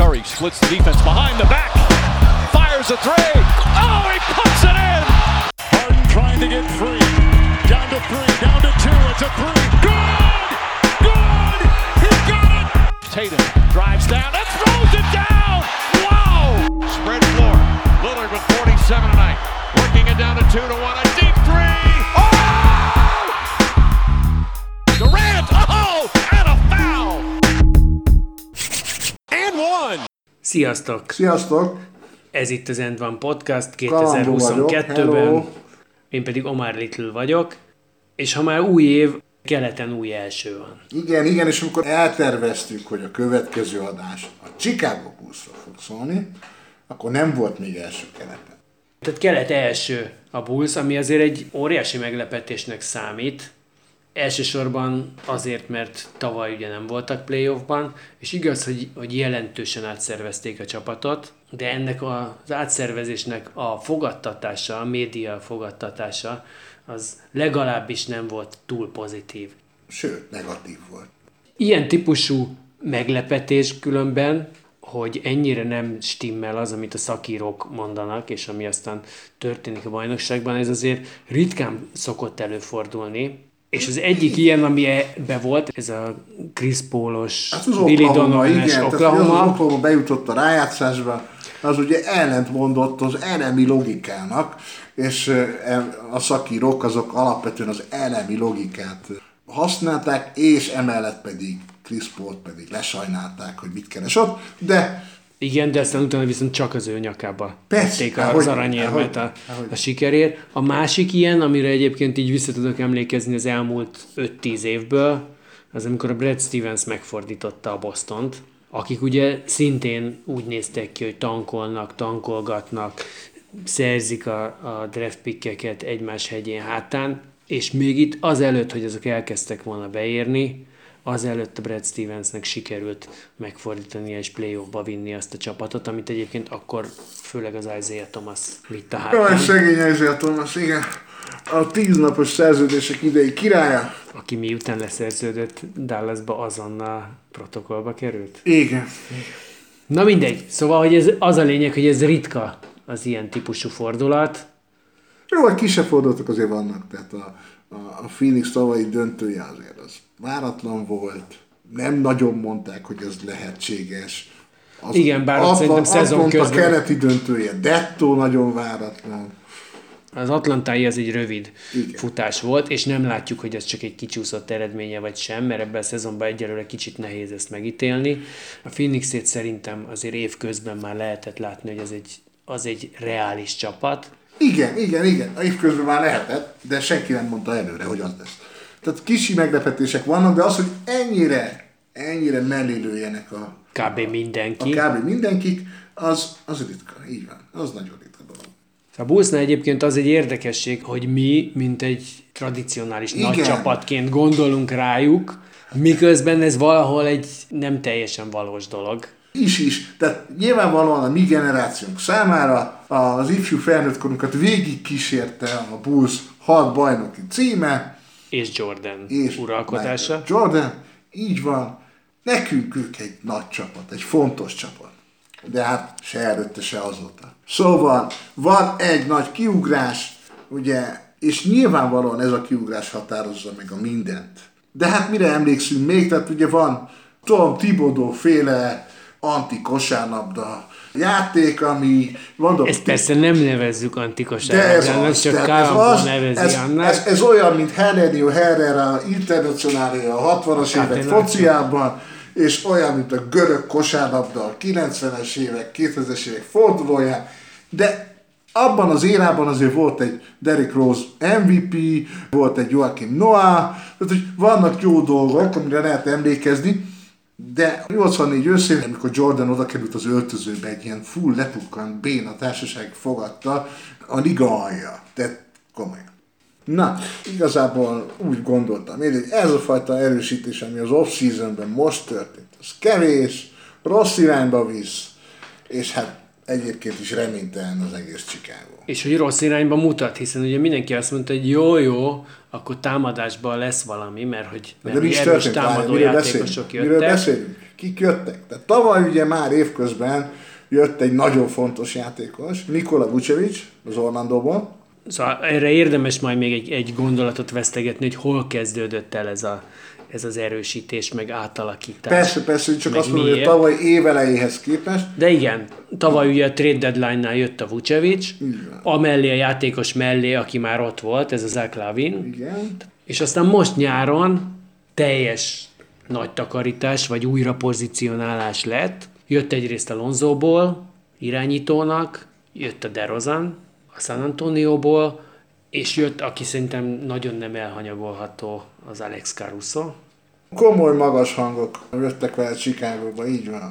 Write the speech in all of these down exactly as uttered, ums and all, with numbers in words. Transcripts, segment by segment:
Murray splits the defense behind the back. Fires a three. Oh, he puts it in. Harden trying to get free. Down to three, down to two. It's a three. Good! Good! He got it! Tatum drives down and throws it down. Wow! Spread floor. Lillard with forty-seven tonight. Working it down to two to one. A deep three. Oh! Durant. Oh! And a foul. And one. Sziasztok! Sziasztok! Ez itt az End One Podcast kétezer-huszonkettőben. Én pedig Omar Little vagyok, és ha már új év, keleten új első van. Igen, igen, és amikor elterveztük, hogy a következő adás a Chicago Bullsról fog szólni, akkor nem volt még első keleten. Tehát kelet első a Bulls, ami azért egy óriási meglepetésnek számít. Elsősorban azért, mert tavaly ugye nem voltak playoffban, és igaz, hogy, hogy jelentősen átszervezték a csapatot, de ennek az átszervezésnek a fogadtatása, a média fogadtatása, az legalábbis nem volt túl pozitív. Sőt, negatív volt. Ilyen típusú meglepetés különben, hogy ennyire nem stimmel az, amit a szakírók mondanak, és ami aztán történik a bajnokságban, ez azért ritkán szokott előfordulni. És az egyik ilyen, ami ebbe volt, ez a Chris Paul-os, hát Billy Donovan-es Oklahoma. Az Oklahoma bejutott a rájátszásba, az ugye ellentmondott az elemi logikának, és a szakírók azok alapvetően az elemi logikát használták, és emellett pedig Chris Paul-t pedig lesajnálták, hogy mit keres ott, de... Igen, de aztán utána viszont csak az ő nyakába tették az ahogy, aranyérmet a, ahogy. a sikerért. A másik ilyen, amire egyébként így vissza tudok emlékezni az elmúlt öt-tíz évből, az amikor a Brad Stevens megfordította a Bostont, akik ugye szintén úgy néztek ki, hogy tankolnak, tankolgatnak, szerzik a, a draft pickeket egymás hegyén hátán, és még itt azelőtt, hogy azok elkezdtek volna beérni, azelőtt a Brad Stevensnek sikerült megfordítani és playoffba vinni azt a csapatot, amit egyébként akkor főleg az Isaiah Thomas vitt a hátán. Jaj, szegény Isaiah Thomas, igen. A tíznapos szerződések idei királya. Aki miután leszerződött Dallasba, azonnal protokollba került. Igen. Na mindegy. Szóval, hogy ez az a lényeg, hogy ez ritka az ilyen típusú fordulat. Jó, hogy kisebb fordulatok azért vannak, tehát a, a, a Phoenix tavalyi döntője azért az váratlan volt. Nem nagyon mondták, hogy ez lehetséges. Az igen, bár Atlant, szerintem szezon közben... a keleti döntője, dettó nagyon váratlan. Az atlantái az egy rövid igen. futás volt, és nem látjuk, hogy ez csak egy kicsúszott eredménye vagy sem, mert ebben a szezonban egyelőre kicsit nehéz ezt megítélni. A Phoenixét szerintem azért évközben már lehetett látni, hogy az egy, az egy reális csapat. Igen, igen, igen. A évközben már lehetett, de senki nem mondta előre, hogy az lesz. Tehát kicsi meglepetések vannak, de az, hogy ennyire, ennyire mellé lőjenek a... Kb. mindenki. A kb. mindenkik, az, az ritka. Így van. Az nagyon ritka dolog. A Bullsnál egyébként az egy érdekesség, hogy mi, mint egy tradicionális igen. nagy csapatként gondolunk rájuk, miközben ez valahol egy nem teljesen valós dolog. Is is. Tehát nyilvánvalóan a mi generációnk számára az ifjú felnőttkorunkat végig kísérte a Bulls hat bajnoki címe. És Jordan és uralkodása. Jordan, így van. Nekünk ők egy nagy csapat, egy fontos csapat. De hát se előtte, se azóta. Szóval van egy nagy kiugrás, ugye, és nyilvánvalóan ez a kiugrás határozza meg a mindent. De hát mire emlékszünk még? Tehát ugye van Tom Thibodeau féle anti-kosárlabda játék, ami... Mondom, ezt persze nem nevezzük anti-kosárlabdának, csak Kálambó nevezi ez, annak. Ez, ez olyan, mint Helenio Herrera Internacionália a hatvanas hát évek fociában, és olyan, mint a görög kosárlabda a kilencvenes évek, kétezres évek fordulóján, de abban az érában azért volt egy Derrick Rose em vé pé, volt egy Joakim Noah, tehát hogy vannak jó dolgok, amire lehet emlékezni, de nyolcvannégy őszén, amikor Jordan oda került az öltözőbe, egy ilyen full lepukkant béna társaság fogadta, a liga alja. Tehát komolyan. Na, igazából úgy gondoltam én, hogy ez a fajta erősítés, ami az off-seasonben most történt, az kevés, rossz irányba visz, és hát egyébként is reménytelen az egész Chicago. És hogy rossz irányba mutat, hiszen ugye mindenki azt mondta, hogy jó-jó, akkor támadásban lesz valami, mert hogy mert de mi is erős történt? támadó Miről játékosok beszélünk? jöttek. Miről beszélünk? Kik jöttek? Tehát tavaly ugye már évközben jött egy nagyon fontos játékos, Nikola Vucevic az Orlandóból. Szóval erre érdemes majd még egy, egy gondolatot vesztegetni, hogy hol kezdődött el ez, a, ez az erősítés, meg átalakítás. Persze, persze, csak meg azt mondom, hogy miért. a tavaly évelejéhez képest. De igen, tavaly ugye a trade deadline-nál jött a Vucevic, amellé a játékos mellé, aki már ott volt, ez az Zach LaVine. Igen. És aztán most nyáron teljes nagy takarítás, vagy újra pozícionálás lett. Jött egyrészt a Lonzóból, irányítónak, jött a DeRozan, a San Antonióból, és jött, aki szerintem nagyon nem elhanyagolható, az Alex Caruso. Komoly magas hangok jöttek vele Chicagóba, így van.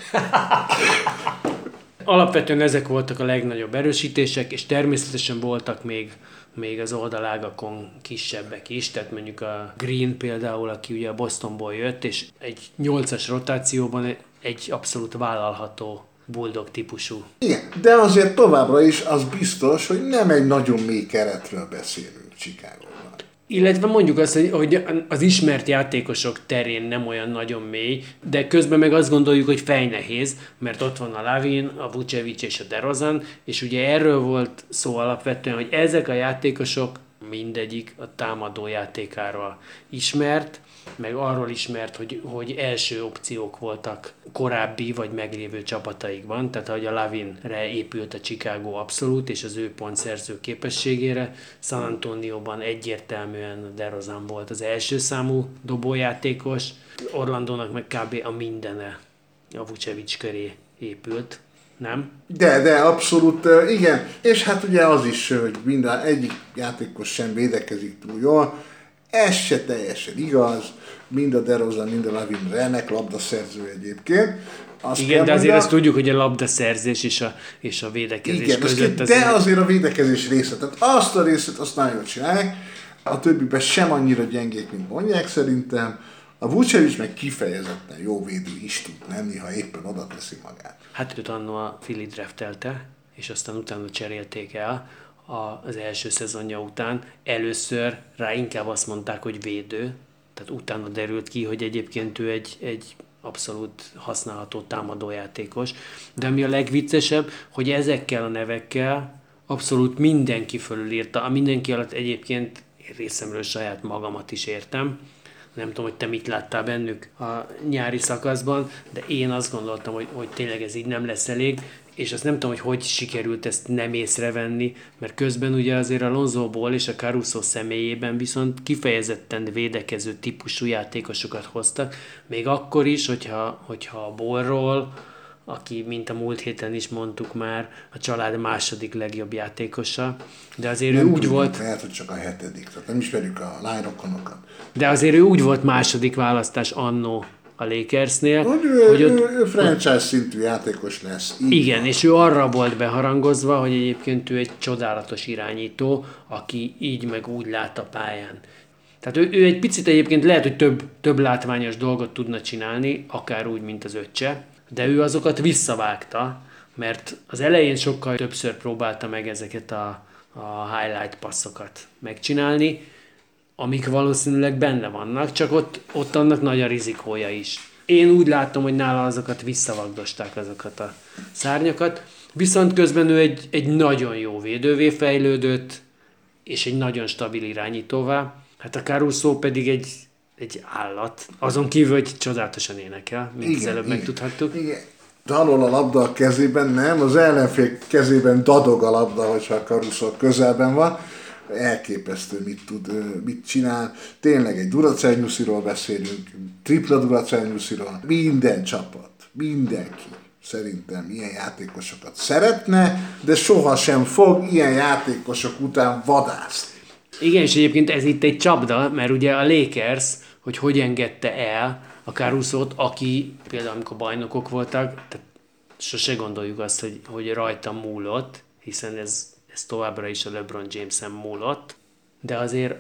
Alapvetően ezek voltak a legnagyobb erősítések, és természetesen voltak még, még az oldalágakon kisebbek is, tehát mondjuk a Green például, aki ugye a Bostonból jött, és egy nyolcas rotációban egy abszolút vállalható Bulldog típusú. Igen, de azért továbbra is az biztos, hogy nem egy nagyon mély keretről beszélünk Chicagóban. Illetve mondjuk azt, hogy- hogy az ismert játékosok terén nem olyan nagyon mély, de közben meg azt gondoljuk, hogy fejnehéz, mert ott van a LaVine, a Vucevic és a DeRozan, és ugye erről volt szó alapvetően, hogy ezek a játékosok mindegyik a támadó játékáról ismert, meg arról ismert, hogy, hogy első opciók voltak korábbi vagy meglévő csapataikban, tehát ahogy a LaVine-re épült a Chicago abszolút, és az ő pontszerző képességére, San Antonióban egyértelműen a DeRozan volt az első számú dobójátékos, Orlandónak meg kb. A mindene a Vucevic köré épült, nem? De, de abszolút, ö, igen. És hát ugye az is, hogy minden egyik játékos sem védekezik túl jól. Ez se teljesen igaz. Mind a DeRozan, mind a LaVine remek labdaszerző egyébként. Azt Igen, kell de azért mondjam- azt tudjuk, hogy a labdaszerzés és a, és a védekezés Igen, között az, de azért a védekezés része. Tehát azt a részét azt nagyon jól csinálják. A többiben sem annyira gyengék, mint mondják szerintem. A Vucevic meg kifejezetten jó védő is tud lenni, ha éppen oda teszi magát. Hát őt annó a Philly draftelte, és aztán utána cserélték el a- az első szezonja után. Először rá inkább azt mondták, hogy védő, tehát utána derült ki, hogy egyébként ő egy, egy abszolút használható támadójátékos. De ami a legviccesebb, hogy ezekkel a nevekkel abszolút mindenki fölülírta. A mindenki alatt egyébként én részemről saját magamat is értem. Nem tudom, hogy te mit láttál bennük a nyári szakaszban, de én azt gondoltam, hogy, hogy tényleg ez így nem lesz elég, és azt nem tudom, hogy hogy sikerült ezt nem észrevenni, mert közben ugye azért a Lonzóból és a Caruso személyében viszont kifejezetten védekező típusú játékosokat hoztak, még akkor is, hogyha, hogyha a Ballról, aki, mint a múlt héten is mondtuk már, a család második legjobb játékosa, de azért ő Nem úgy tudjuk, volt... Lehet, hogy csak a hetedik, tehát nem ismerjük a lányokonokat. De azért ő úgy volt második választás annó a Lakersnél, Hogy ő, hogy ő, ott, ő franchise szintű játékos lesz. Így igen, van. és ő arra volt beharangozva, hogy egyébként ő egy csodálatos irányító, aki így meg úgy lát a pályán. Tehát ő, ő egy picit egyébként lehet, hogy több, több látványos dolgot tudna csinálni, akár úgy, mint az öccse, de ő azokat visszavágta, mert az elején sokkal többször próbálta meg ezeket a, a highlight passzokat megcsinálni, amik valószínűleg benne vannak, csak ott, ott annak nagy a rizikója is. Én úgy látom, hogy nála azokat visszavagdosták, azokat a szárnyakat, viszont közben ő egy, egy nagyon jó védővé fejlődött, és egy nagyon stabil irányítóvá. Hát a Caruso pedig egy, egy állat. Azon kívül, hogy csodálatosan énekel, mint az előbb megtudhattuk. Igen. Dalol a labda a kezében, nem? Az ellenfél kezében dadog a labda, hogyha a Caruso közelben van. Elképesztő, mit tud, mit csinál. Tényleg egy Duracell nyusziról beszélünk, tripla Duracell nyusziról. Minden csapat, mindenki szerintem ilyen játékosokat szeretne, de sohasem fog ilyen játékosok után vadászni. Igen, és egyébként ez itt egy csapda, mert ugye a Lakers, hogy hogy engedte el a Carusot, aki például amikor bajnokok voltak, tehát sose gondoljuk azt, hogy, hogy rajta múlott, hiszen ez, ez továbbra is a LeBron James-en múlott, de azért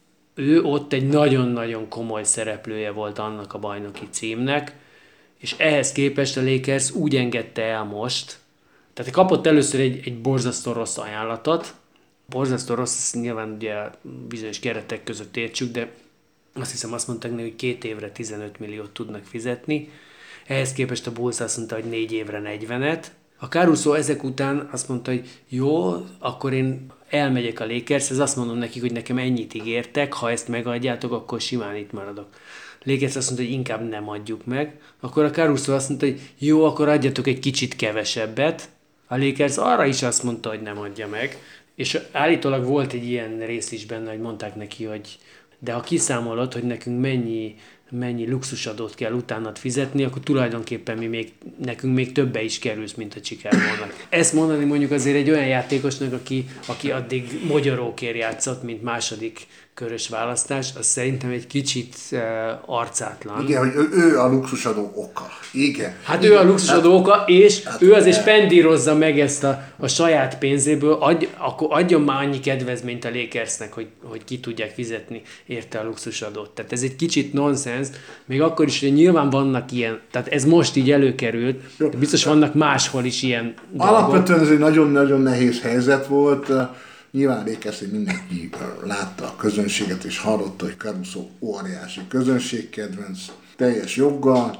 ő ott egy nagyon-nagyon komoly szereplője volt annak a bajnoki címnek, és ehhez képest a Lakers úgy engedte el most, Tehát kapott először egy, egy borzasztó rossz ajánlatot. Borzasztó rossz, nyilván ugye bizonyos keretek között értsük, de azt hiszem azt mondták neki, hogy két évre tizenöt milliót tudnak fizetni. Ehhez képest a Bulls azt mondta, hogy négy évre negyvenet. A Caruso ezek után azt mondta, hogy jó, akkor én elmegyek a Lakershez, azt mondom nekik, hogy nekem ennyit ígértek, ha ezt megadjátok, akkor simán itt maradok. Lakers azt mondta, hogy inkább nem adjuk meg. Akkor a Caruso azt mondta, hogy jó, akkor adjatok egy kicsit kevesebbet. A Lakers arra is azt mondta, hogy nem adja meg. És állítólag volt egy ilyen rész is benne, hogy mondták neki, hogy de ha kiszámolod, hogy nekünk mennyi, mennyi luxusadót kell utánad fizetni, akkor tulajdonképpen mi még, nekünk még többe is kerülsz, mint a Chicagónak. Ezt mondani mondjuk azért egy olyan játékosnak, aki, aki addig mogyorókért játszott, mint második körös választás, az szerintem egy kicsit uh, arcátlan. Igen, hogy ő, ő a luxusadó oka. Igen. Hát Igen. ő a luxusadó hát, oka, és hát, ő azért spendírozza meg ezt a, a saját pénzéből, adj, akkor adjon már annyi kedvezményt a Lakersnek, hogy, hogy ki tudják fizetni érte a luxusadót. Tehát ez egy kicsit nonsens, még akkor is, hogy nyilván vannak ilyen, tehát ez most így előkerült, de biztos vannak máshol is ilyen Alapvetően dolgok. ez egy nagyon-nagyon nehéz helyzet volt. Nyilván Lakers, hogy mindenki látta a közönséget és hallotta, hogy Caruso óriási közönségkedvenc, teljes joggal.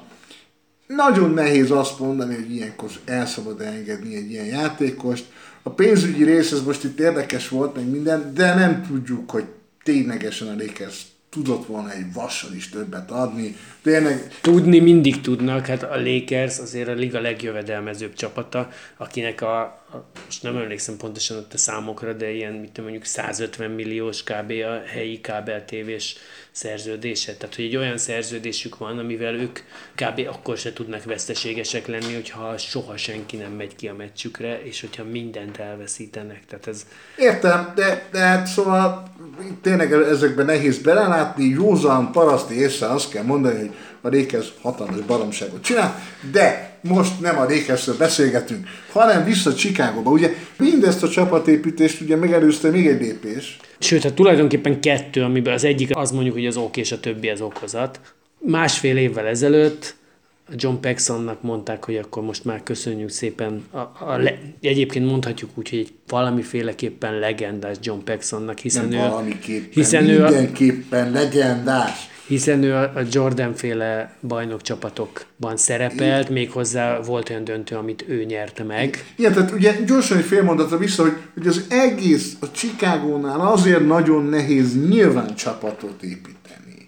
Nagyon nehéz azt mondani, hogy ilyenkor el szabad engedni egy ilyen játékost. A pénzügyi rész, ez most itt érdekes volt, meg minden, de nem tudjuk, hogy ténylegesen a Lakers tudott volna egy vassal is többet adni. Tényleg... Tudni mindig tudnak, hát a Lakers azért a liga legjövedelmezőbb csapata, akinek a, a most nem emlékszem pontosan ott a számokra, de ilyen, mit tudom, mondjuk százötven milliós kb. A helyi kábel tévés szerződése. Tehát, hogy egy olyan szerződésük van, amivel ők kb. Akkor se tudnak veszteségesek lenni, hogyha soha senki nem megy ki a meccsükre, és hogyha mindent elveszítenek. Tehát ez... Értem, de, de hát szóval tényleg ezekben nehéz belelátni, józan, paraszti észre azt kell mondani, hogy a Lakers hatalmas baromságot csinál, de most nem a Lakersről beszélgetünk, hanem vissza Chicagóba. Ugye mindezt a csapatépítést ugye megelőzte még egy lépés. Sőt, hát tulajdonképpen kettő, amiben az egyik az mondjuk, hogy az ok és a többi az okozat. Másfél évvel ezelőtt John Paxsonnak mondták, hogy akkor most már köszönjük szépen. A, a le, egyébként mondhatjuk úgy, hogy egy valamiféleképpen legendás John Paxsonnak, hiszen nem ő, valamiképpen, hiszen mindenképpen ő a, legendás. Hiszen ő a Jordan-féle bajnokcsapatokban szerepelt, méghozzá volt olyan döntő, amit ő nyerte meg. Igen, tehát ugye gyorsan egy fél mondatra vissza, hogy, hogy az egész a Chicagónál azért nagyon nehéz nyilván csapatot építeni.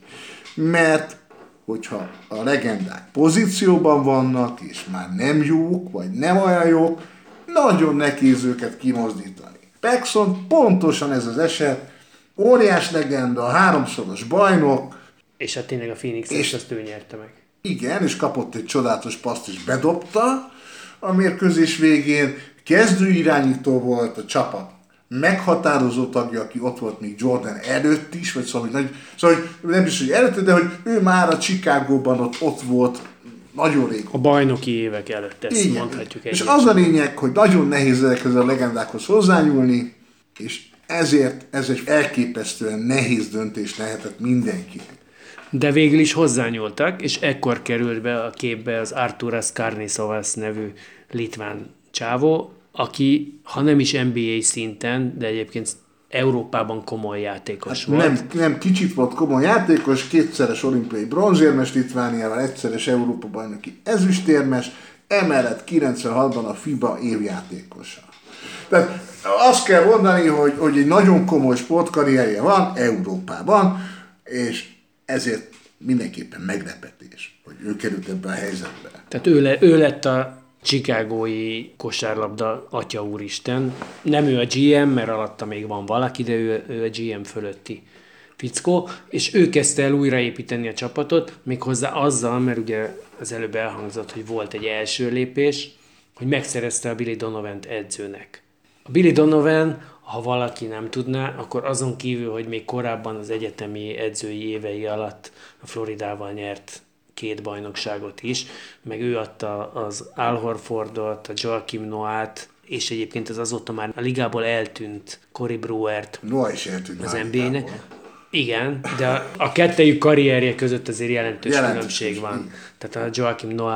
Mert hogyha a legendák pozícióban vannak, és már nem jók, vagy nem olyan jók, nagyon nehéz őket kimozdítani. Paxson pontosan ez az eset, óriás legenda, háromszoros bajnok, és hát tényleg a Phoenix és azt ő nyerte meg. Igen, és kapott egy csodálatos paszt, és bedobta a mérkőzés végén. Kezdő irányító volt a csapat. Meghatározó tagja, aki ott volt még Jordan előtt is, vagy szóval, hogy, szóval hogy nem is, hogy előtt, de hogy ő már a Chicagóban ott, ott volt nagyon rég. A bajnoki évek előtt ezt igen, mondhatjuk. És az a lényeg, hogy nagyon nehéz ezekhez a legendákhoz hozzányúlni, és ezért ez egy elképesztően nehéz döntés lehetett mindenkinek. De végül is hozzányúltak, és ekkor került be a képbe az Arturas Karnisovas nevű litván csávó, aki, ha nem is en bé á szinten, de egyébként Európában komoly játékos hát volt. Nem, nem kicsit volt komoly játékos, kétszeres olimpiai bronzérmes Litvániával, egyszeres Európa-bajnoki ezüstérmes, emellett kilencvenhatban a FIBA évjátékosa. Tehát azt kell mondani, hogy, hogy egy nagyon komoly sportkarrierje van Európában, és ezért mindenképpen meglepetés, hogy ő került ebbe a helyzetbe. Tehát ő, le, ő lett a chicagói kosárlabda atya úristen. Nem ő a gé em, mert alatta még van valaki, de ő, ő a gé em fölötti fickó, és ő kezdte el újraépíteni a csapatot, méghozzá azzal, mert ugye az előbb elhangzott, hogy volt egy első lépés, hogy megszerezte a Billy Donovant edzőnek. A Billy Donovan, ha valaki nem tudná, akkor azon kívül, hogy még korábban az egyetemi edzői évei alatt a Floridával nyert két bajnokságot is, meg ő adta az Al Horfordot, a Joakim Noah-t, és egyébként az azóta már a ligából eltűnt Corey Brewert. Noah is eltűnt az en bé á-nek. Igen, de a kettejük karrierje között azért jelentős, jelentős különbség van. Igen. Tehát a Joakim Noah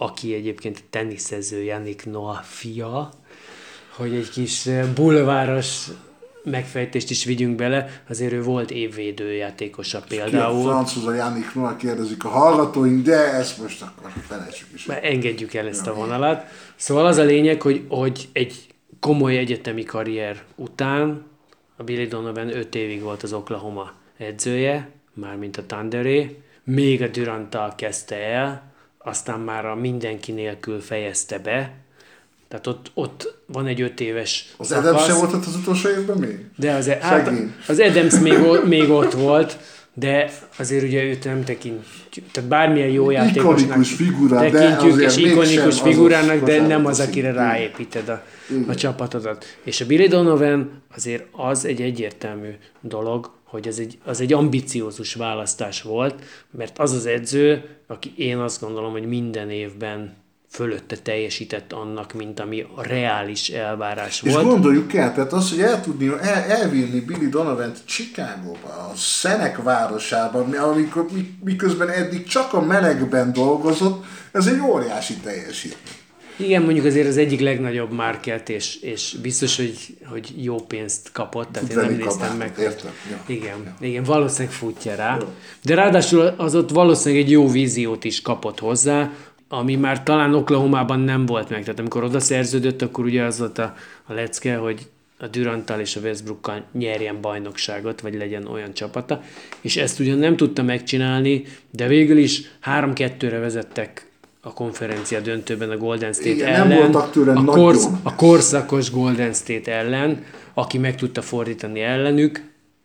aki egyébként teniszező Yannick Noah fia, hogy egy kis bulváros megfejtést is vigyünk bele, azért ő volt évvédő játékosa például. Ki a francúz a Yannick Noah kérdezik a hallgatóink, de ezt most akkor felejtsük is. Már engedjük el ezt a vonalat. Szóval az a lényeg, hogy, hogy egy komoly egyetemi karrier után a Billy Donovan öt évig volt az Oklahoma edzője, mármint a Thunderé, még a Duranttal kezdte el, aztán már a mindenki nélkül fejezte be. Tehát ott, ott van egy öt éves Az szakasz. Adams sem volt ott az utolsó évben még? De az, hát, az Adams még, még ott volt, de azért ugye őt nem tekintjük, tehát bármilyen jó játékosnak ikonikus figura, tekintjük, de és ikonikus figurának, de nem az, az akire ráépíted a, a csapatodat. És a Billy Donovan azért az egy egyértelmű dolog, hogy az egy, az egy ambiciózus választás volt, mert az az edző, aki én azt gondolom, hogy minden évben fölötte teljesített annak, mint ami a reális elvárás és volt. És gondoljuk el, tehát az, hogy el tudni, el, elvinni Billy Donovant Chicagóba, a szenek városában, amikor, miközben eddig csak a melegben dolgozott, ez egy óriási teljesítmény. Igen, mondjuk azért az egyik legnagyobb market, és, és biztos, hogy, hogy jó pénzt kapott, tehát én nem néztem meg. Értem. Ja. Igen, ja. igen, valószínűleg futja rá. Jó. De ráadásul az ott valószínűleg egy jó víziót is kapott hozzá, ami már talán Oklahomában nem volt meg. Tehát amikor oda szerződött, akkor ugye az volt a, a lecke, hogy a Duranttal és a Westbrookkal nyerjen bajnokságot, vagy legyen olyan csapata. És ezt ugyan nem tudta megcsinálni, de végül is három kettőre vezettek a konferencia döntőben a Golden State igen, ellen. Nem voltak tőle a, korsz, a korszakos Golden State ellen, aki meg tudta fordítani ellenük.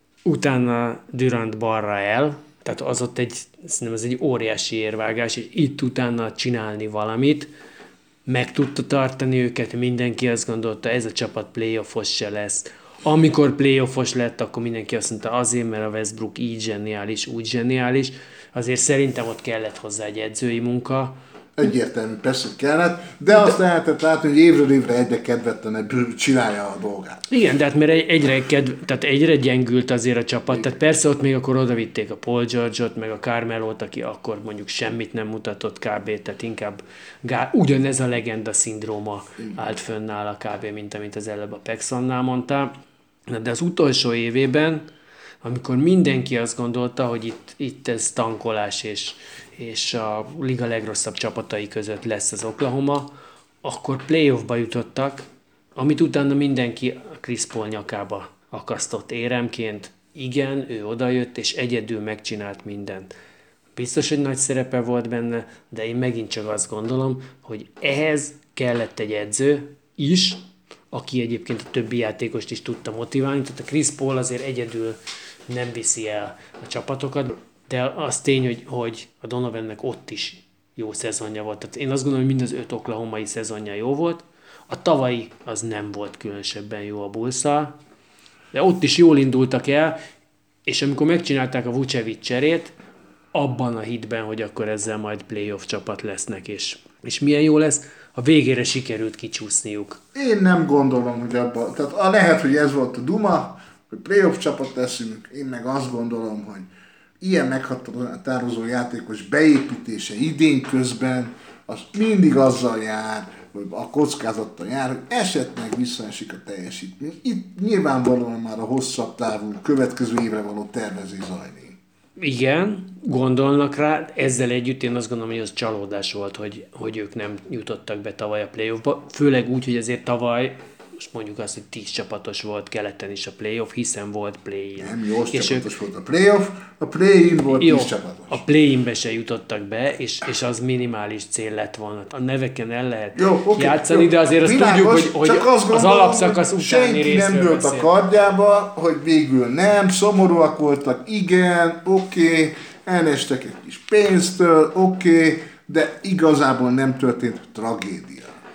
Utána Durant balra el, tehát az ott egy, az egy óriási érvágás, és itt utána csinálni valamit, meg tudta tartani őket, mindenki azt gondolta, ez a csapat playoffos se lesz. Amikor playoffos lett, akkor mindenki azt mondta, azért, mert a Westbrook így zseniális, úgy zseniális, azért szerintem ott kellett hozzá egy edzői munka. Egyértelmű, persze kellett, de azt lehetett látni, hogy évről évre egyre kedvetlenebb csinálja a dolgát. Igen, de hát mert egyre, kedv, tehát egyre gyengült azért a csapat, igen. Tehát persze ott még akkor odavitték a Paul George-ot, meg a Carmelót, aki akkor mondjuk semmit nem mutatott kb. Tehát inkább gá, ugyanez a legenda szindróma állt fönnáll kb. Mint amit az előbb a Paxsonnál mondtál. De az utolsó évében, amikor mindenki azt gondolta, hogy itt, itt ez tankolás és és a liga legrosszabb csapatai között lesz az Oklahoma, akkor playoffba jutottak, amit utána mindenki a Chris Paul nyakába akasztott éremként. Igen, ő odajött, és egyedül megcsinált mindent. Biztos, hogy nagy szerepe volt benne, de én megint csak azt gondolom, hogy ehhez kellett egy edző is, aki egyébként a többi játékost is tudta motiválni. Tehát a Chris Paul azért egyedül nem viszi el a csapatokat, de az tény, hogy, hogy a Donovannek ott is jó szezonja volt. Tehát én azt gondolom, hogy mind az öt oklahomai szezonja jó volt. A tavalyi az nem volt különösebben jó a Bulls-szal, de ott is jól indultak el, és amikor megcsinálták a Vucevic cserét, abban a hitben, hogy akkor ezzel majd playoff csapat lesznek, és, és milyen jó lesz, a végére sikerült kicsúszniuk. Én nem gondolom, hogy abban, tehát lehet, hogy ez volt a duma, hogy playoff csapat leszünk, én meg azt gondolom, hogy ilyen meghatározó játékos beépítése idén közben, az mindig azzal jár, hogy a kockázattal jár, hogy esetleg visszaesik a teljesítmény. Itt nyilvánvalóan már a hosszabb távú, következő évre való tervezés zajlik. Igen, gondolnak rá, ezzel együtt én azt gondolom, hogy az csalódás volt, hogy, hogy ők nem jutottak be tavaly a playoffba, főleg úgy, hogy azért tavaly, most mondjuk azt, hogy tíz csapatos volt keleten is a playoff, hiszen volt play-in. Nem, nyolc csapatos ők... volt a playoff, a play-in volt jó, tíz csapatos. A play-inbe se jutottak be, és, és az minimális cél lett volna. A neveken el lehet jó, okay, játszani, jó. De azért azt világos, tudjuk, hogy, hogy az gondolom, alapszakasz utáni részről senki nem dőlt a kardjába, hogy végül nem, szomorúak voltak, igen, oké, okay, elestek egy kis pénztől, oké, okay, de igazából nem történt tragédia.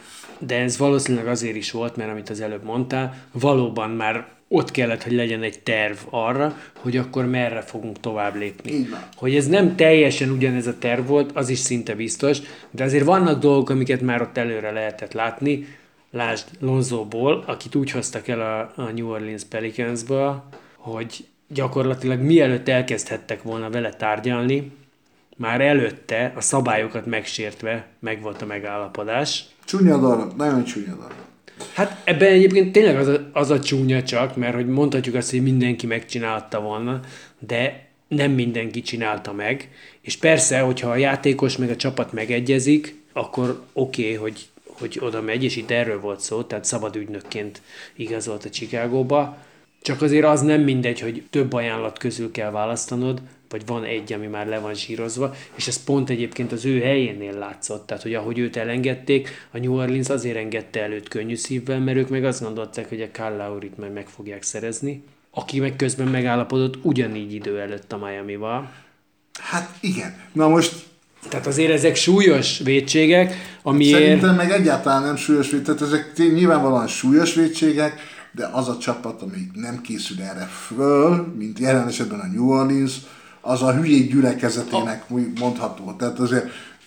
De ez valószínűleg azért is volt, mert amit az előbb mondtál, valóban már ott kellett, hogy legyen egy terv arra, hogy akkor merre fogunk tovább lépni. Hogy ez nem teljesen ugyanez a terv volt, az is szinte biztos, de azért vannak dolgok, amiket már ott előre lehetett látni. Lásd Lonzo Ball, akit úgy hoztak el a, a New Orleans Pelicansba, hogy gyakorlatilag mielőtt elkezdhettek volna vele tárgyalni, már előtte a szabályokat megsértve megvolt a megállapodás. Csúnya darab, nagyon csúnya darab. Hát ebben egyébként tényleg az a, az a csúnya csak, mert hogy mondhatjuk azt, hogy mindenki megcsinálta volna, de nem mindenki csinálta meg, és persze, hogyha a játékos meg a csapat megegyezik, akkor oké, okay, hogy, hogy oda megy, és itt erről volt szó, tehát szabad ügynökként igazolt a Chicagóba, csak azért az nem mindegy, hogy több ajánlat közül kell választanod, vagy van egy, ami már le van zsírozva, és ez pont egyébként az ő helyénél látszott, tehát hogy ahogy őt elengedték, a New Orleans azért engedte előtt könnyű szívvel, mert ők meg azt gondolták, hogy a Kyle Lowryt majd meg fogják szerezni, aki meg közben megállapodott ugyanígy idő előtt a Miamival. Hát igen. Na most... Tehát azért ezek súlyos vétségek, amiért... Szerintem meg egyáltalán nem súlyos vétségek, tehát ezek nyilvánvalóan súlyos vétségek, de az a csapat, amelyik nem készül erre föl, mint jelen esetben a New Orleans, az a hülyék gyülekezetének mondható. Tehát azért...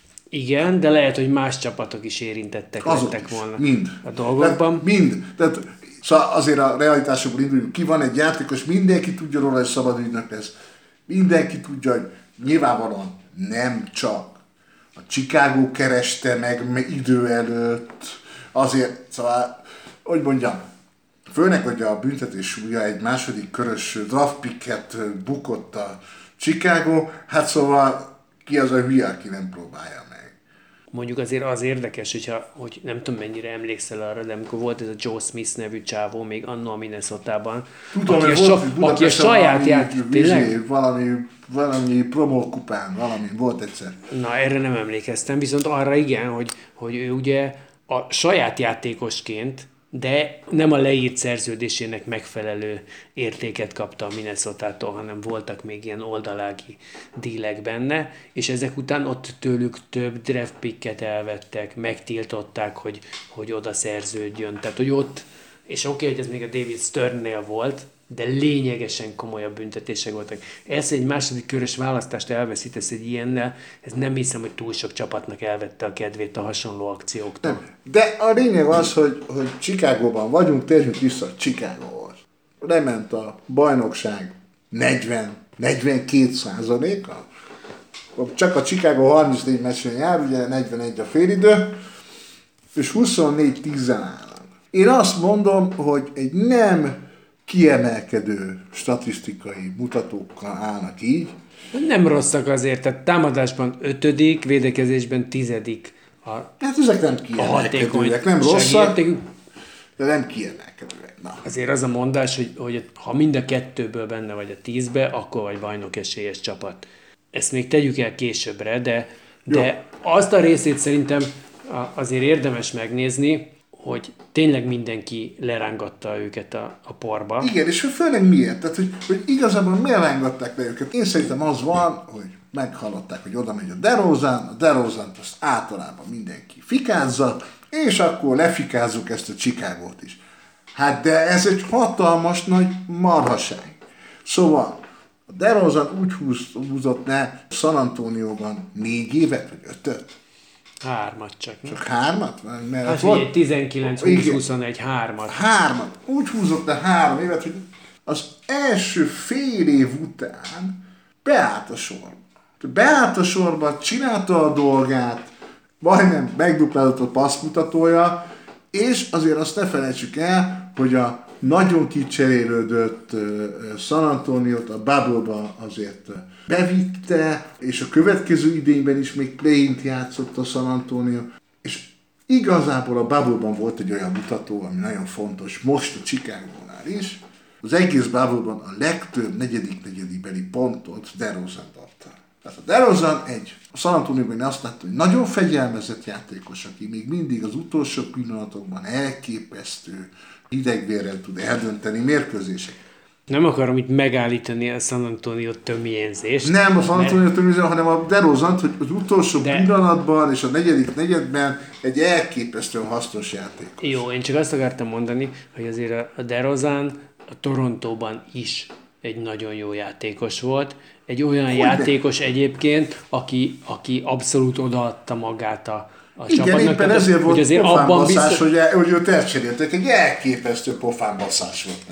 Igen, de lehet, hogy más csapatok is érintettek lettek volna mind. a dolgokban. Tehát mind. Tehát szóval azért a realitásokból induljuk, ki van egy játékos, mindenki tudja róla, hogy szabad ügynök lesz. Mindenki tudja, hogy nyilvánvalóan nem csak a Chicago kereste meg idő előtt, azért, szóval, hogy mondjam, főleg, hogy a büntetés súlya egy második körös draft picket bukott a Chicago, hát szóval ki az a hülye, aki nem próbálja meg. Mondjuk azért az érdekes, hogyha, hogy nem tudom mennyire emlékszel arra, de amikor volt ez a Joe Smith nevű csávó még annó a Minnesotában, Tudom, aki, a, volt, so, aki a saját játék... Valami, valami promókupán, valami volt egyszer. Na, erre nem emlékeztem, viszont arra igen, hogy, hogy ő ugye a saját játékosként, de nem a leírt szerződésének megfelelő értéket kapta a Minnesotától, hanem voltak még ilyen oldalági dílek benne, és ezek után ott tőlük több draft picket elvettek, megtiltották, hogy, hogy oda szerződjön. Tehát, hogy ott, és oké, okay, hogy ez még a David Sternnél volt, de lényegesen komolyabb büntetések voltak. Ez egy második körös választást elveszítesz egy ilyennel, ez nem hiszem, hogy túl sok csapatnak elvette a kedvét a hasonló akcióktól. Nem. De a lényeg az, hogy, hogy Chicagóban vagyunk, térjünk vissza Chicagóhoz. Lement a bajnokság negyven-negyvenkét százaléka. Csak a Chicago harmincnégy meccsen jár, ugye negyvenegy a félidő, és huszonnégy tízen állnak. Én azt mondom, hogy egy nem kiemelkedő statisztikai mutatókkal állnak így. Nem rosszak azért, tehát támadásban ötödik, védekezésben tizedik. A, hát ezek nem kiemelkedőek, nem rosszak, de nem kiemelkedőek. Na. Azért az a mondás, hogy, hogy ha mind a kettőből benne vagy a tízbe, akkor vagy bajnok esélyes csapat. Ezt még tegyük el későbbre, de, de azt a részét szerintem azért érdemes megnézni, hogy tényleg mindenki lerángatta őket a, a porba. Igen, és főleg miért? Tehát, hogy, hogy igazából miért rángatták le őket? Én szerintem az van, hogy meghallották, hogy oda megy a DeRozan, a DeRozant azt általában mindenki fikázza, és akkor lefikázzuk ezt a Chicagót is. Hát de ez egy hatalmas nagy marhaság. Szóval a DeRozan úgy húz, húzott le San Antonioban négy évet, vagy ötöt? Hármat csak. Csak hármat? Mert hát volt... tizenkilenc húsz huszonegy hármat. Hármat. Úgy húzott le három évet, hogy az első fél év után beállt a sorba. Beállt a sorba, csinálta a dolgát, majdnem megduplálott a passzmutatója, és azért azt ne felejtsük el, hogy a nagyon kicserélődött San Antoniót a bubble-ba azért bevitte, és a következő idényben is még play-int játszott a San Antonio, és igazából a bubble-ban volt egy olyan mutató, ami nagyon fontos, most a Chicagónál is, az egész bubble-ban a legtöbb negyedik negyedibeli pontot DeRozan adta. Tehát a DeRozan egy, a San Antonioban azt látta, hogy nagyon fegyelmezett játékos, aki még mindig az utolsó pillanatokban elképesztő hidegvérrel tud eldönteni mérkőzéseket. Nem akarom itt megállítani a San Antonio tömjénzést. Nem a San Antonio tömjénzést, hanem a DeRozant, hogy az utolsó de... pillanatban és a negyedik negyedben egy elképesztően hasznos játék. Jó, én csak azt akartam mondani, hogy azért a DeRozan a Torontóban is egy nagyon jó játékos volt. Egy olyan Hogy játékos de? egyébként, aki, aki abszolút odaadta magát a a Igen, csapatnak, éppen ezért hogy volt azért pofánbasszás, biztos... hogy, hogy őt elcseréltek. Egy elképesztő pofánbasszás volt neki.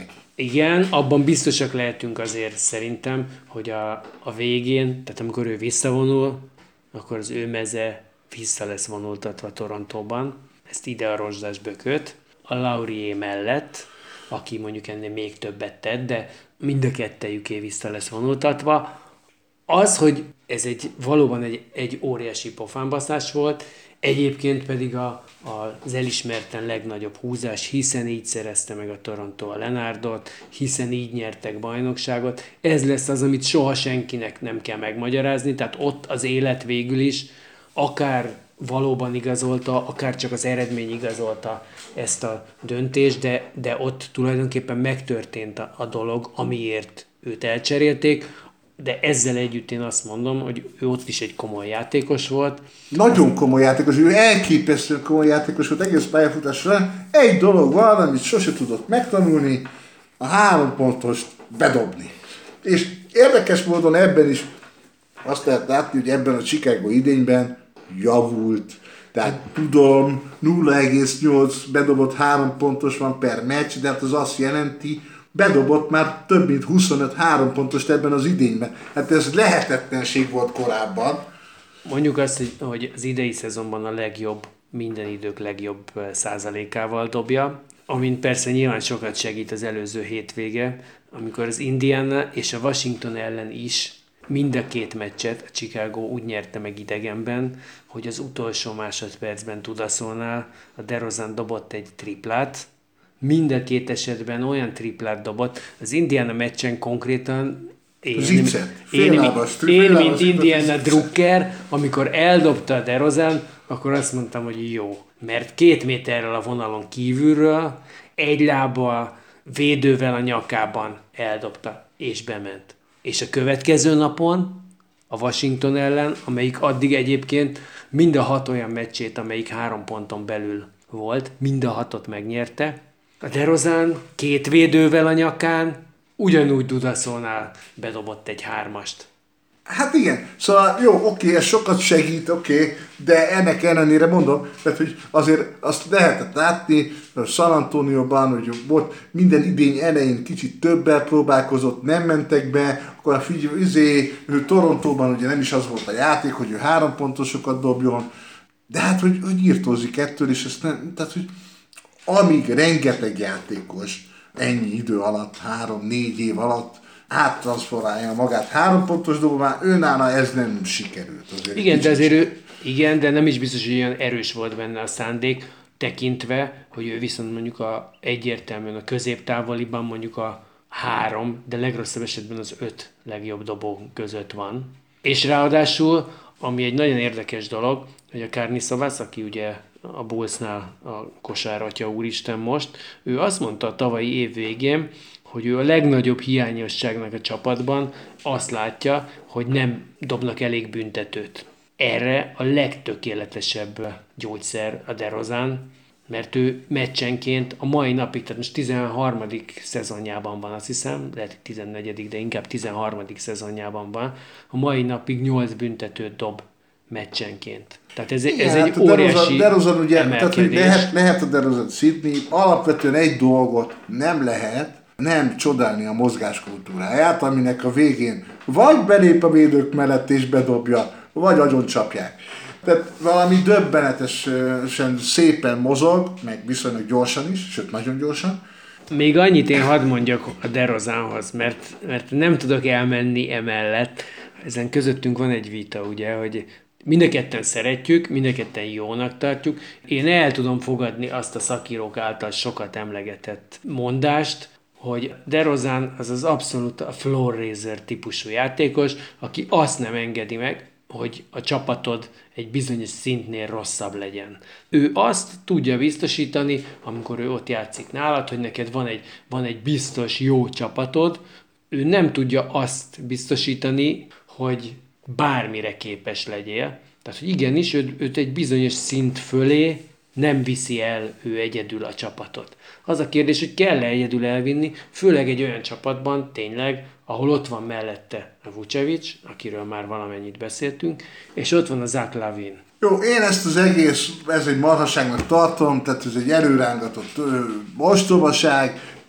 Igen, abban biztosak lehetünk azért szerintem, hogy a, a végén, tehát amikor ő visszavonul, akkor az ő meze vissza lesz vonultatva Torontóban. Ezt ide a rozsdás bököt. A Laurier mellett, aki mondjuk ennél még többet tett, de mind a kettejüké vissza lesz vonultatva. Az, hogy ez egy valóban egy, egy óriási pofánbaszás volt, egyébként pedig a, a, az elismerten legnagyobb húzás, hiszen így szerezte meg a Toronto a Lennardot, hiszen így nyertek bajnokságot. Ez lesz az, amit soha senkinek nem kell megmagyarázni, tehát ott az élet végül is akár valóban igazolta, akár csak az eredmény igazolta ezt a döntést, de, de ott tulajdonképpen megtörtént a, a dolog, amiért őt elcserélték, de ezzel együtt én azt mondom, hogy ő ott is egy komoly játékos volt. Nagyon komoly játékos, ő elképesztően komoly játékos volt egész pályafutásra. Egy dolog van, amit sose tudott megtanulni, a három pontost bedobni. És érdekes módon ebben is azt lehet látni, hogy ebben a Chicago idényben javult. Tehát tudom, nulla egész nyolc bedobott három pontos van per meccs, de hát az azt jelenti, bedobott már több mint huszonöt három pontost ebben az idényben. Hát ez lehetetlenség volt korábban. Mondjuk azt, hogy, hogy az idei szezonban a legjobb, minden idők legjobb százalékával dobja, amint persze nyilván sokat segít az előző hétvége, amikor az Indiana és a Washington ellen is mind a két meccset a Chicago úgy nyerte meg idegenben, hogy az utolsó másodpercben Tudaszónál a DeRozan dobott egy triplát, mind a két esetben olyan triplát dobott. Az Indiana meccsen konkrétan én, Zicset, én, lábas, én, én mint Indiana Drucker, amikor eldobta a DeRozan, akkor azt mondtam, hogy jó, mert két méterrel a vonalon kívülről, egy lábbal, védővel a nyakában eldobta, és bement. És a következő napon a Washington ellen, amelyik addig egyébként mind a hat olyan meccsét, amelyik három ponton belül volt, mind a hatot megnyerte. A DeRozan két védővel a nyakán, ugyanúgy Dudaszónál bedobott egy hármast. Hát igen, szóval jó, oké, ez sokat segít, oké, de ennek ellenére mondom, tehát, hogy azért azt lehetett látni, San Antonioban, hogy volt minden idény elején kicsit többel próbálkozott, nem mentek be, akkor a figyelj, izé, Torontóban ugye nem is az volt a játék, hogy ő három pontosokat dobjon, de hát, hogy, hogy írtózik ettől, és ezt nem, tehát, hogy amíg rengeteg játékos ennyi idő alatt, három-négy év alatt áttranszformálja magát három pontos dobban, őnála ez nem sikerült. Azért igen, de azért ő, igen, de nem is biztos, hogy olyan erős volt benne a szándék, tekintve, hogy ő viszont mondjuk a, egyértelműen a középtávoliban mondjuk a három, de legrosszabb esetben az öt legjobb dobó között van. És ráadásul, ami egy nagyon érdekes dolog, hogy a Karnisovas, aki ugye a Bullsnál a kosáratja úristen most, ő azt mondta a tavalyi év végén, hogy ő a legnagyobb hiányosságnak a csapatban azt látja, hogy nem dobnak elég büntetőt. Erre a legtökéletesebb gyógyszer a DeRozan, mert ő meccsenként a mai napig, tehát most tizenharmadik szezonjában van, azt hiszem, lehet, hogy tizennegyedik, de inkább tizenharmadik szezonjában van, a mai napig nyolc büntetőt dob meccsenként. Tehát ez, igen, ez hát egy óriási DeRozan ugye, emelkedés. tehát, hogy lehet, lehet a DeRozan szidni, alapvetően egy dolgot nem lehet, nem csodálni a mozgáskultúráját, aminek a végén vagy belép a védők mellett és bedobja, vagy agyon csapják. Tehát valami döbbenetesen szépen mozog, meg viszonylag gyorsan is, sőt nagyon gyorsan. Még annyit én hadd mondjak a DeRozanhoz, mert, mert nem tudok elmenni emellett. Ezen közöttünk van egy vita, ugye, hogy mind a ketten szeretjük, mind a ketten jónak tartjuk. Én el tudom fogadni azt a szakírók által sokat emlegetett mondást, hogy DeRozan az az abszolút a floor raiser típusú játékos, aki azt nem engedi meg, hogy a csapatod egy bizonyos szintnél rosszabb legyen. Ő azt tudja biztosítani, amikor ő ott játszik nálad, hogy neked van egy, van egy biztos jó csapatod, ő nem tudja azt biztosítani, hogy bármire képes legyél. Tehát, hogy igenis, őt, őt egy bizonyos szint fölé nem viszi el ő egyedül a csapatot. Az a kérdés, hogy kell-e egyedül elvinni, főleg egy olyan csapatban tényleg, ahol ott van mellette a Vucevic, akiről már valamennyit beszéltünk, és ott van a Zach LaVine. Jó, én ezt az egész, ez egy marhaságnak tartom, tehát ez egy előrángatott ö, ostobaság,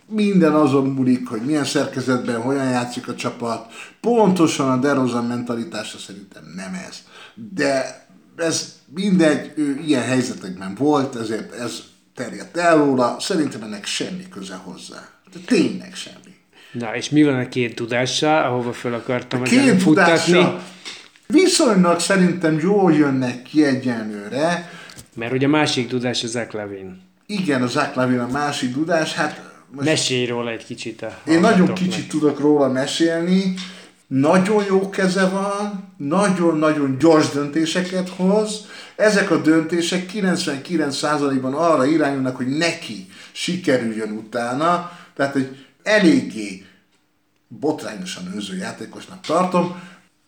Minden azon múlik, hogy milyen szerkezetben, hogyan játszik a csapat. Pontosan a DeRozan mentalitása szerintem nem ez. De ez mindegy, ő ilyen helyzetekben volt, ezért ez terjedt el róla. Szerintem ennek semmi köze hozzá. De tényleg semmi. Na, és mi van a két tudással, ahova fel akartam a két tudással viszonylag szerintem jól jönnek ki egyenlőre. Mert ugye a másik tudás a Zach LaVine. Igen, a Zach LaVine a másik tudás. Hát most mesélj róla egy kicsit. A én nagyon kicsit tudok róla mesélni. Nagyon jó keze van, nagyon-nagyon gyors döntéseket hoz. Ezek a döntések kilencvenkilenc százalékban arra irányulnak, hogy neki sikerüljön utána. Tehát egy eléggé botrányosan őző játékosnak tartom,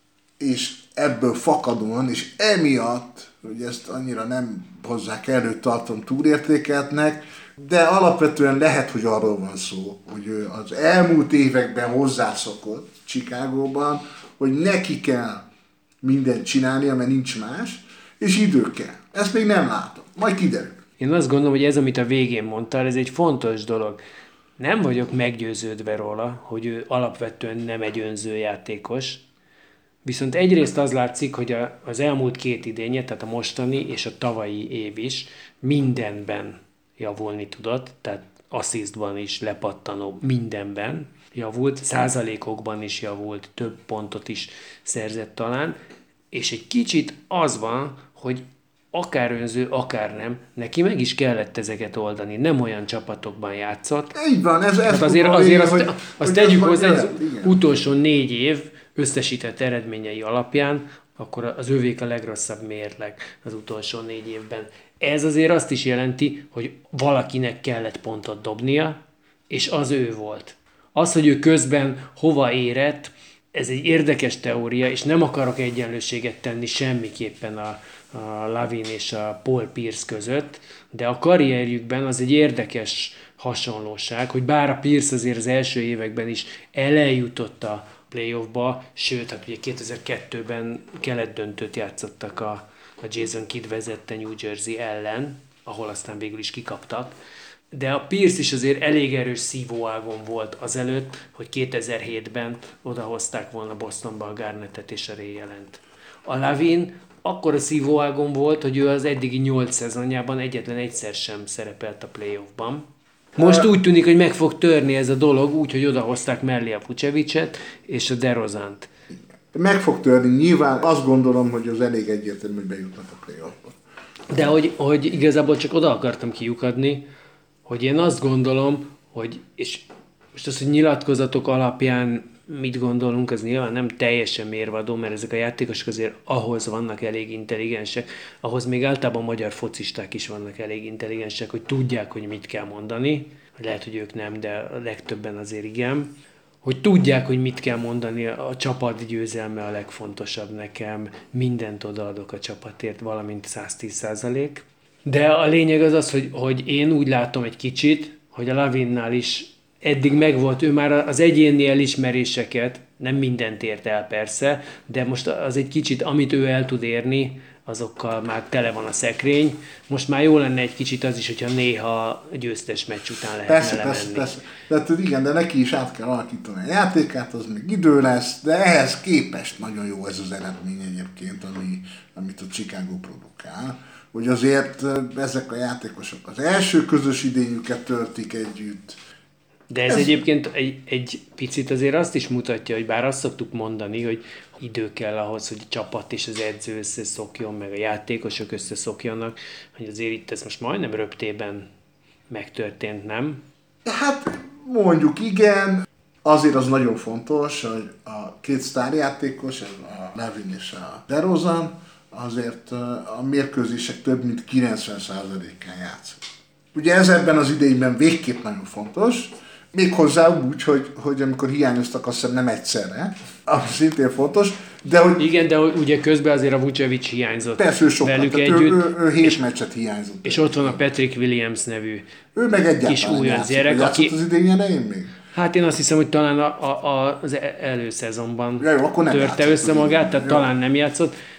és ebből fakadóan, és emiatt, hogy ezt annyira nem hozzák elő, tartom túlértékeltnek, de alapvetően lehet, hogy arról van szó, hogy ő az elmúlt években hozzászokott Chicagóban, hogy neki kell mindent csinálnia, mert nincs más, és idő kell. Ezt még nem látom. Majd kiderül. Én azt gondolom, hogy ez, amit a végén mondtál, ez egy fontos dolog. Nem vagyok meggyőződve róla, hogy ő alapvetően nem egy önző játékos, viszont egyrészt az látszik, hogy a, az elmúlt két idénye, tehát a mostani és a tavalyi év is mindenben javulni tudott, tehát asszisztban is lepattanó, mindenben javult, százalékokban is javult, több pontot is szerzett talán, és egy kicsit az van, hogy akár önző, akár nem, neki meg is kellett ezeket oldani. Nem olyan csapatokban játszott. Így van, ez, ez azért, azért azt, hogy, azt hogy tegyük az hozzá, az igen. utolsó négy év összesített eredményei alapján, akkor az övék a legrosszabb mérleg az utolsó négy évben. Ez azért azt is jelenti, hogy valakinek kellett pontot dobnia, és az ő volt. Az, hogy ő közben hova érett, ez egy érdekes teória, és nem akarok egyenlőséget tenni semmiképpen a, a LaVine és a Paul Pierce között, de a karrierjükben az egy érdekes hasonlóság, hogy bár a Pierce azért az első években is eljutott a playoffba, sőt, hát ugye kétezer-kettőben kelet-döntőt játszottak a, a Jason Kidd vezette New Jersey ellen, ahol aztán végül is kikaptak. De a Pierce is azért elég erős szívóágon volt azelőtt, hogy kétezer-hétben odahozták volna Bostonba a Garnettet és a Ray Allent. A LaVine akkor a szívóágon volt, hogy ő az eddigi nyolc szezonjában egyetlen egyszer sem szerepelt a playoffban. Most úgy tűnik, hogy meg fog törni ez a dolog, úgyhogy odahozták mellé a Vucevicet és a DeRozant. Meg fog törni, nyilván azt gondolom, hogy az elég egyértelmű, hogy bejutnak a playoffba. De hogy, hogy igazából csak oda akartam kiukadni, hogy én azt gondolom, hogy, és most az, hogy nyilatkozatok alapján mit gondolunk, az nyilván nem teljesen mérvadó, mert ezek a játékosok azért ahhoz vannak elég intelligensek, ahhoz még általában magyar focisták is vannak elég intelligensek, hogy tudják, hogy mit kell mondani, lehet, hogy ők nem, de a legtöbben azért igen, hogy tudják, hogy mit kell mondani, a csapat győzelme a legfontosabb nekem, mindent odaadok a csapatért, valamint száz tíz százalék. De a lényeg az az, hogy, hogy én úgy látom egy kicsit, hogy a LaVine-nál is eddig megvolt, ő már az egyéni elismeréseket, nem mindent ért el persze, de most az egy kicsit, amit ő el tud érni, azokkal már tele van a szekrény. Most már jó lenne egy kicsit az is, hogyha néha győztes meccs után lehetne persze, lemenni. Persze, persze. De hát igen, de neki is át kell alakítani a játékát, az még idő lesz, de ehhez képest nagyon jó ez az eredmény egyébként, ami, amit a Chicago produkál. Hogy azért ezek a játékosok az első közös idényüket töltik együtt. De ez, ez egyébként egy, egy picit azért azt is mutatja, hogy bár azt szoktuk mondani, hogy idő kell ahhoz, hogy a csapat és az edző összeszokjon, meg a játékosok összeszokjanak, hogy azért itt ez most majdnem röptében megtörtént, nem? Hát mondjuk igen, azért az nagyon fontos, hogy a két sztárjátékos, a LaVine és a DeRozan, azért a mérkőzések több mint kilencven százalékán játszik. Ugye ez ebben az idényben végképp nagyon fontos, méghozzá úgy, hogy, hogy amikor hiányoztak, azt hiszem nem egyszerre, ami szintén fontos, de hogy... Igen, de ugye közben azért a Vucevic hiányzott persze, ő sokat, velük együtt. együtt. Ő, ő, ő hét meccset hiányzott. És ott van a Patrick Williams nevű ő meg egyáltalán kis újonc gyerek, aki... az idén elején még? Hát én azt hiszem, hogy talán a, a, az előszezonban ja, jó, akkor nem törte játszott, össze magát, tehát jó. talán nem játszott,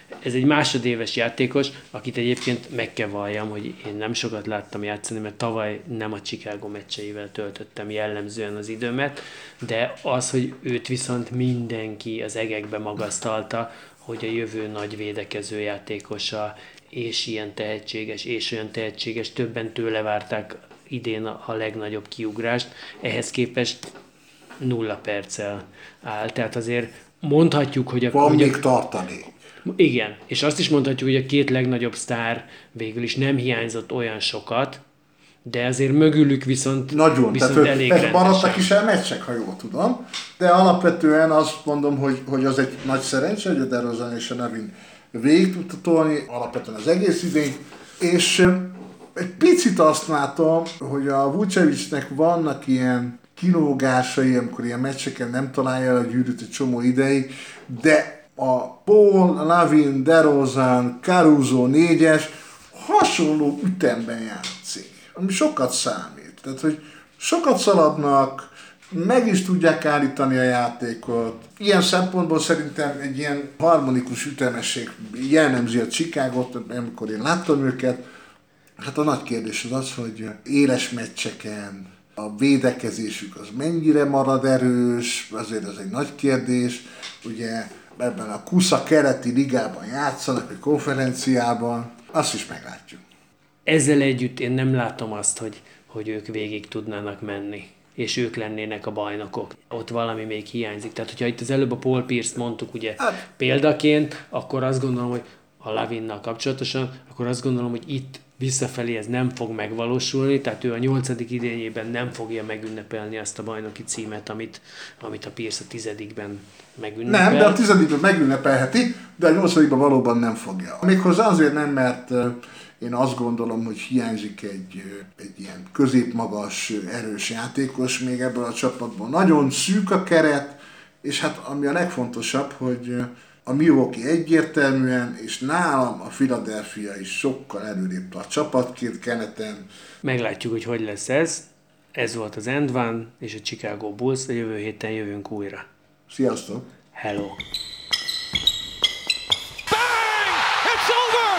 Ez egy másodéves játékos, akit egyébként meg kell valljam, hogy én nem sokat láttam játszani, mert tavaly nem a Chicago meccseivel töltöttem jellemzően az időmet, de az, hogy őt viszont mindenki az egekbe magasztalta, hogy a jövő nagy védekező játékosa, és ilyen tehetséges, és olyan tehetséges, többen tőle várták idén a legnagyobb kiugrást, ehhez képest nulla perccel áll. Tehát azért mondhatjuk, hogy a... Van hogy még a, tartani. Igen, és azt is mondhatjuk, hogy a két legnagyobb sztár végül is nem hiányzott olyan sokat, de azért mögülük viszont, Nagyon, viszont tehát elég rendesen. Maradtak rendesen. is el meccsek, ha jól tudom, de alapvetően azt mondom, hogy, hogy az egy nagy szerencse, hogy a DeRozan és a Nevin végig tudta tolni, alapvetően az egész idény, és egy picit azt látom, hogy a Vucevicnek vannak ilyen kilógásai, amikor ilyen meccseken nem találja a gyűrűt egy csomó ideig, de a Paul, Lavin, DeRozan, Caruso négyes hasonló ütemben játszik, ami sokat számít. Tehát, hogy sokat szaladnak, meg is tudják állítani a játékot. Ilyen szempontból szerintem egy ilyen harmonikus ütemesség jellemzi a Chicagot, amikor én láttam őket. Hát a nagy kérdés az az, hogy éles meccseken a védekezésük az mennyire marad erős, azért ez egy nagy kérdés. Ugye ebben a kusza keleti ligában játszanak, a konferenciában, azt is meglátjuk. Ezzel együtt én nem látom azt, hogy, hogy ők végig tudnának menni, és ők lennének a bajnokok. Ott valami még hiányzik. Tehát, hogyha itt az előbb a Paul Pierce-t mondtuk ugye Hát. példaként, akkor azt gondolom, hogy a Lavinnal kapcsolatosan, akkor azt gondolom, hogy itt visszafelé ez nem fog megvalósulni, tehát ő a nyolcadik idényében nem fogja megünnepelni azt a bajnoki címet, amit, amit a Pierce a tizedikben megünnepel. Nem, de a tizedikben megünnepelheti, de a nyolcadikban valóban nem fogja. Méghozzá azért nem, mert én azt gondolom, hogy hiányzik egy, egy ilyen középmagas, erős játékos még ebből a csapatból. Nagyon szűk a keret, és hát ami a legfontosabb, hogy a Milwaukee egyértelműen, és nálam a Philadelphia is sokkal előrébb a csapatként keleten. Meglátjuk, hogy hogy lesz ez. Ez volt az End One és a Chicago Bulls, a jövő héten jövünk újra. Sziasztok! Hello!